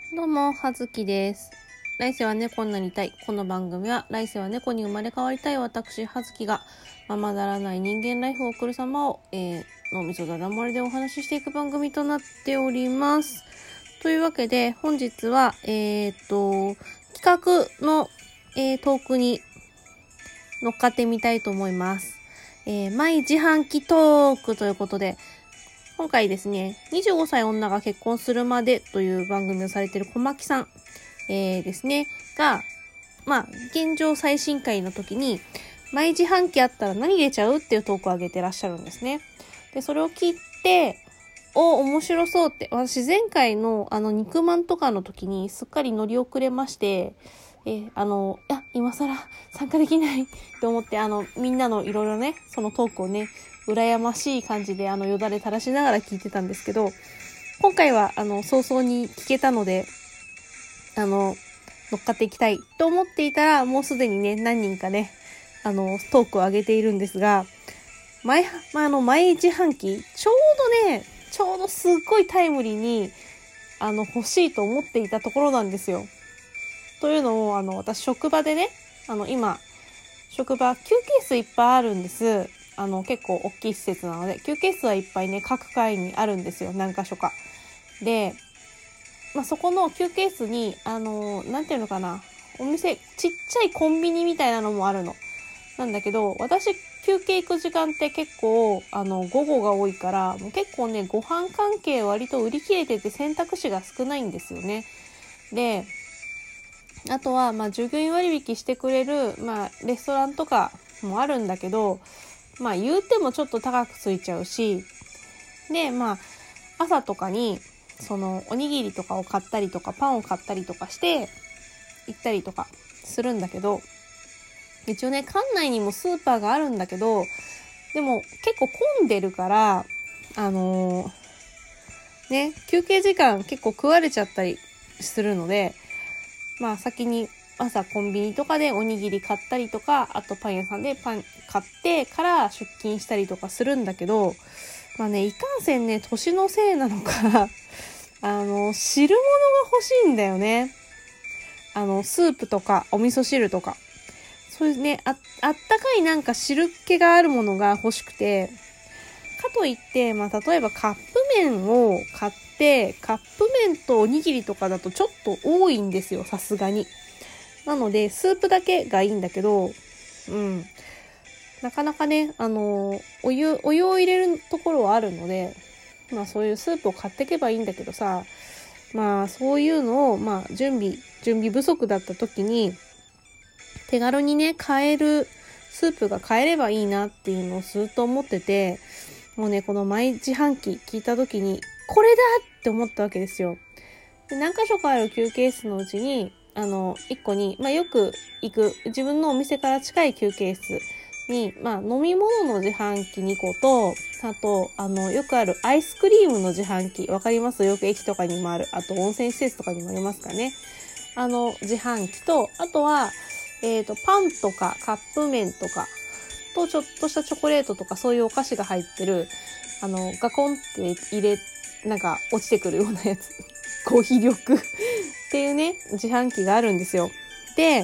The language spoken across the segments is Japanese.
どうも、はずきです。来世は猫になりたい。この番組は、来世は猫に生まれ変わりたい私、はずきが、ままならない人間ライフを送る様を、脳みそだだ漏れでお話ししていく番組となっております。というわけで、本日は、企画の、トークに乗っかってみたいと思います。マイ自販機トークということで、今回ですね、25歳女が結婚するまでという番組をされている小牧さん、ですね、が、現状最新回の時に、毎自販機あったら何入れちゃうっていうトークを上げてらっしゃるんですね。で、それを聞いて、面白そうって、私前回の肉まんとかの時にすっかり乗り遅れまして、今更参加できないって思って、みんなのいろいろね、そのトークをね、羨ましい感じでよだれ垂らしながら聞いてたんですけど、今回は早々に聞けたので乗っかっていきたいと思っていたら、もうすでにね何人かねトークを上げているんですが、毎自販機ちょうどすっごいタイムリーに欲しいと思っていたところなんですよ。というのを私職場でね今職場休憩室いっぱいあるんです。結構大きい施設なので、休憩室はいっぱいね、各階にあるんですよ。何箇所か。で、そこの休憩室に、なんていうのかな。お店、ちっちゃいコンビニみたいなのもあるの。なんだけど、私、休憩行く時間って結構、午後が多いから、もう結構ね、ご飯関係割と売り切れてて選択肢が少ないんですよね。で、あとは、従業員割引してくれる、レストランとかもあるんだけど、言うてもちょっと高くついちゃうし、で、朝とかに、おにぎりとかを買ったりとか、パンを買ったりとかして、行ったりとかするんだけど、一応ね、館内にもスーパーがあるんだけど、でも結構混んでるから、休憩時間結構食われちゃったりするので、先に朝コンビニとかでおにぎり買ったりとか、あとパン屋さんでパン買ってから出勤したりとかするんだけど、いかんせんね、年のせいなのか汁物が欲しいんだよね。スープとかお味噌汁とか、そういうね、あったかいなんか汁気があるものが欲しくて、かといって、例えばカップ麺を買って、カップ麺とおにぎりとかだとちょっと多いんですよ、さすがに。なので、スープだけがいいんだけど、なかなかね、お湯を入れるところはあるので、そういうスープを買っていけばいいんだけどさ、そういうのを、準備不足だった時に、手軽にね、買えるスープが買えればいいなっていうのをずっと思ってて、もうね、この毎自販機聞いた時に、これだって思ったわけですよ。で、何箇所かある休憩室のうちに、一個に、よく行く、自分のお店から近い休憩室に、飲み物の自販機2個と、あと、よくあるアイスクリームの自販機、わかります？よく駅とかにもある。あと、温泉施設とかにもありますかね。自販機と、あとは、パンとかカップ麺とか、とちょっとしたチョコレートとかそういうお菓子が入ってる、ガコンって落ちてくるようなやつ。コーヒー力っていうね、自販機があるんですよ。で、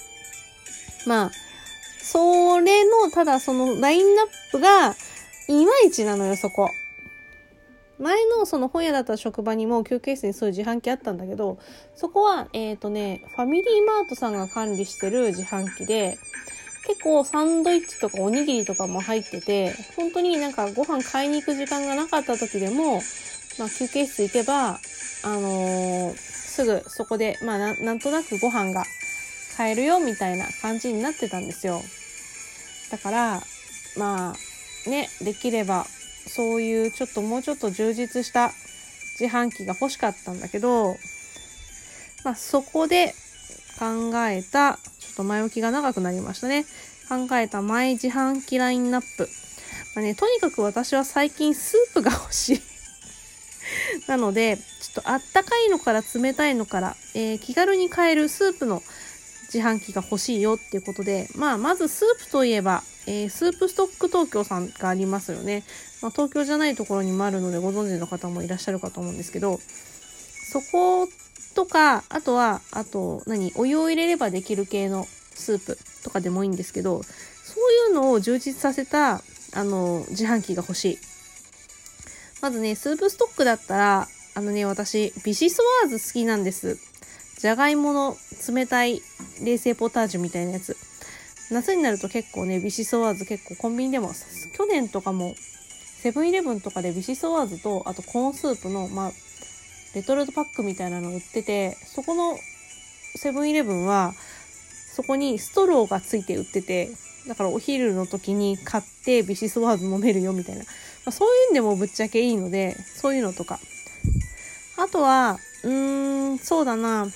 それの、ただそのラインナップが、いまいちなのよ、そこ。前のその本屋だった職場にも休憩室にそういう自販機あったんだけど、そこは、ファミリーマートさんが管理してる自販機で、結構サンドイッチとかおにぎりとかも入ってて、本当にご飯買いに行く時間がなかった時でも、休憩室行けば、すぐそこで、なんとなくご飯が買えるよみたいな感じになってたんですよ。だから、できれば、そういうもうちょっと充実した自販機が欲しかったんだけど、そこで考えた、ちょっと前置きが長くなりましたね。考えたマイ自販機ラインナップ。とにかく私は最近スープが欲しい。なので、ちょっとあったかいのから冷たいのから、気軽に買えるスープの自販機が欲しいよっていうことで、まずスープといえば、スープストック東京さんがありますよね。東京じゃないところにもあるのでご存知の方もいらっしゃるかと思うんですけど、そことか、あとお湯を入れればできる系のスープとかでもいいんですけど、そういうのを充実させた、自販機が欲しい。まずね、スープストックだったら、私、ビシソワーズ好きなんです。じゃがいもの冷たい冷製ポタージュみたいなやつ。夏になると結構ね、ビシソワーズ結構コンビニでも、去年とかも、セブンイレブンとかでビシソワーズと、あとコーンスープの、レトルトパックみたいなの売ってて、そこのセブンイレブンは、そこにストローがついて売ってて、だからお昼の時に買ってビシソワーズ飲めるよみたいな。そういうんでもぶっちゃけいいので、そういうのとか。あとは、そうだな。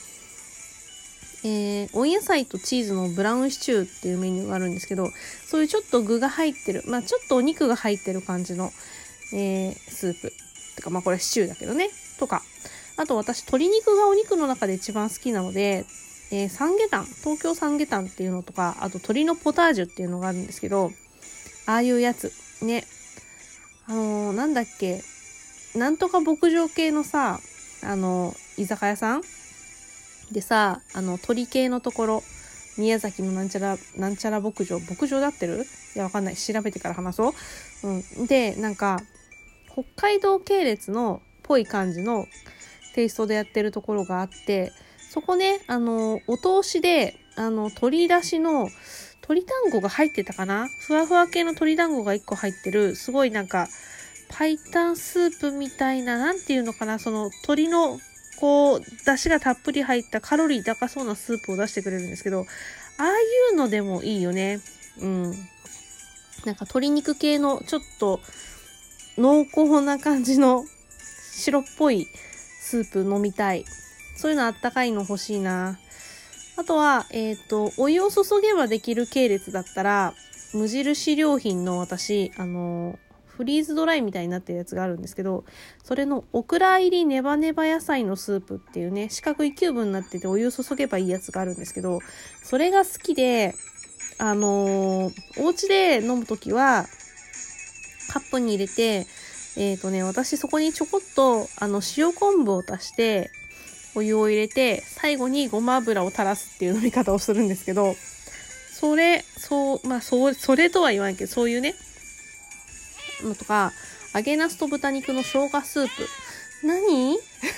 温野菜とチーズのブラウンシチューっていうメニューがあるんですけど、そういうちょっと具が入ってる、ちょっとお肉が入ってる感じの、スープ。てか、これシチューだけどね。とか。あと私、鶏肉がお肉の中で一番好きなので、三下タン、東京三下タンっていうのとか、あと鶏のポタージュっていうのがあるんですけど、ああいうやつ、ね。なんだっけ、なんとか牧場系のさ、居酒屋さんでさ、鳥系のところ、宮崎のなんちゃら牧場で合ってる？いや、わかんない。調べてから話そう。で、北海道系列のぽい感じのテイストでやってるところがあって、そこね、お通しで、鶏出しの鶏団子が入ってたかな？ふわふわ系の鶏団子が1個入ってる、すごいパイタンスープみたいな、なんていうのかな、その鶏の、出汁がたっぷり入ったカロリー高そうなスープを出してくれるんですけど、ああいうのでもいいよね。鶏肉系のちょっと濃厚な感じの白っぽいスープ飲みたい。そういうのあったかいの欲しいな。あとは、お湯を注げばできる系列だったら、無印良品の私、フリーズドライみたいになってるやつがあるんですけど、それのオクラ入りネバネバ野菜のスープっていうね、四角いキューブになっててお湯を注げばいいやつがあるんですけど、それが好きで、お家で飲むときは、カップに入れて、私そこにちょこっと、塩昆布を足して、お湯を入れて、最後にごま油を垂らすっていう飲み方をするんですけど、それとは言わないけど、そういうね、のとか、揚げナスと豚肉の生姜スープ。何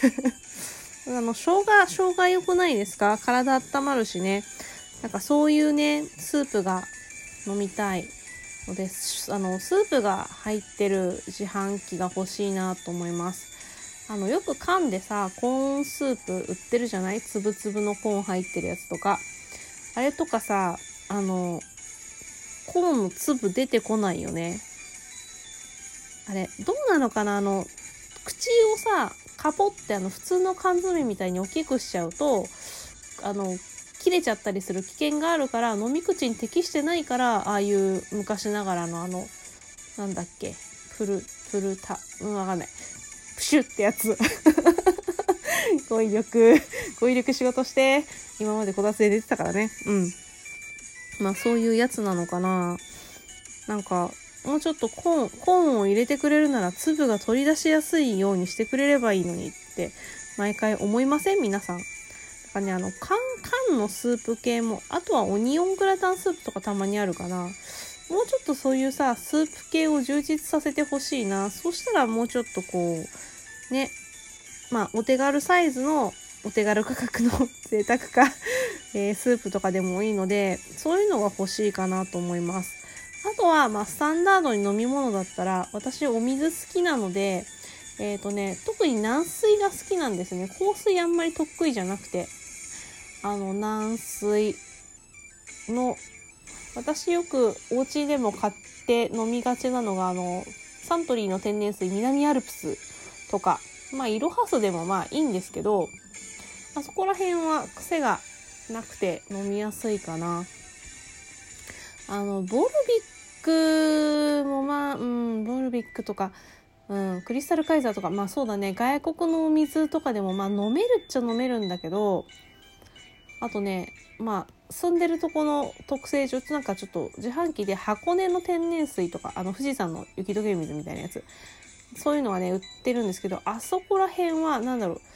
生姜良くないですか？体温まるしね。そういうね、スープが飲みたいので、スープが入ってる自販機が欲しいなと思います。よく缶でさ、コーンスープ売ってるじゃない？つぶつぶのコーン入ってるやつとか。あれとかさ、コーンの粒出てこないよね。あれ、どうなのかな？口をさ、カポって普通の缶詰みたいに大きくしちゃうと、切れちゃったりする危険があるから、飲み口に適してないから、ああいう昔ながらのなんだっけ、わかんない。プシュってやつ。語彙力仕事して、今までこたつで出てたからね。そういうやつなのかな。もうちょっとコーンを入れてくれるなら粒が取り出しやすいようにしてくれればいいのにって毎回思いません？皆さん。だからね、缶のスープ系も、あとはオニオングラタンスープとかたまにあるかな。もうちょっとそういうさ、スープ系を充実させてほしいな。そしたらもうちょっとね、お手軽サイズのお手軽価格の贅沢化、スープとかでもいいので、そういうのが欲しいかなと思います。あとは、スタンダードに飲み物だったら、私お水好きなので、特に軟水が好きなんですね。硬水あんまり得意じゃなくて。軟水の、私よくお家でも買って飲みがちなのが、サントリーの天然水南アルプスとか、イロハスでもいいんですけど、そこら辺は癖がなくて飲みやすいかな。ボルビックもボルビックとか、クリスタルカイザーとか、そうだね、外国のお水とかでも飲めるっちゃ飲めるんだけど、あとね、住んでるとこの特性上、ちょっと自販機で箱根の天然水とか、富士山の雪解け水みたいなやつ、そういうのはね、売ってるんですけど、あそこら辺は、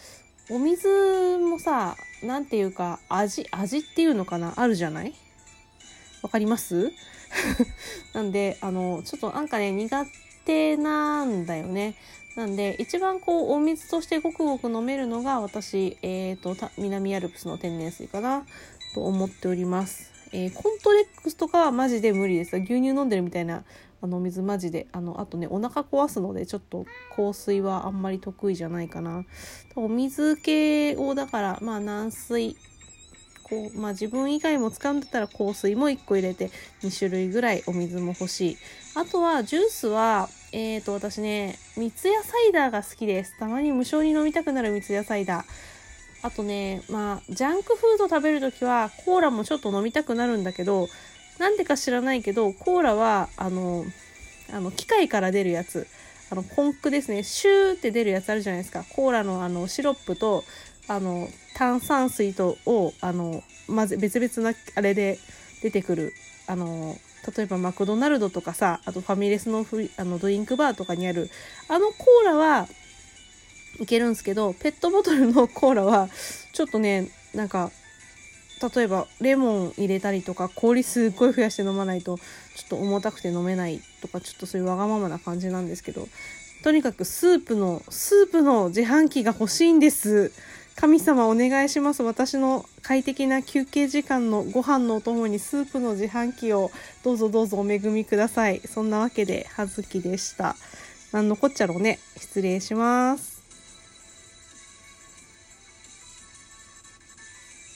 お水もさ、なんていうか、味っていうのかな、あるじゃない？わかりますなんで、ちょっとなんかね、苦手なんだよね。なんで、一番こう、お水としてごくごく飲めるのが、私、南アルプスの天然水かな、と思っております。コントレックスとかはマジで無理です。牛乳飲んでるみたいな、水マジで。あとね、お腹壊すので、ちょっと香水はあんまり得意じゃないかな。お水系を、だから、まあ、軟水、自分以外も使うんだったら香水も1個入れて2種類ぐらいお水も欲しい。あとはジュースは、私ね、三ツ矢サイダーが好きです。たまに無性に飲みたくなる三ツ矢サイダー。あとね、ジャンクフード食べるときはコーラもちょっと飲みたくなるんだけど、なんでか知らないけど、コーラは、機械から出るやつ。コンクですね。シューって出るやつあるじゃないですか。コーラのシロップと、炭酸水とを、別々なあれで出てくる。例えばマクドナルドとかさ、あとファミレスのドリンクバーとかにある、コーラはいけるんですけど、ペットボトルのコーラは、ちょっとね、なんか、例えばレモン入れたりとか、氷すっごい増やして飲まないと、ちょっと重たくて飲めないとか、ちょっとそういうわがままな感じなんですけど、とにかくスープの自販機が欲しいんです。神様お願いします。私の快適な休憩時間のご飯のお供にスープの自販機をどうぞどうぞお恵みください。そんなわけで、はずきでした。なんのこっちゃろうね。失礼します。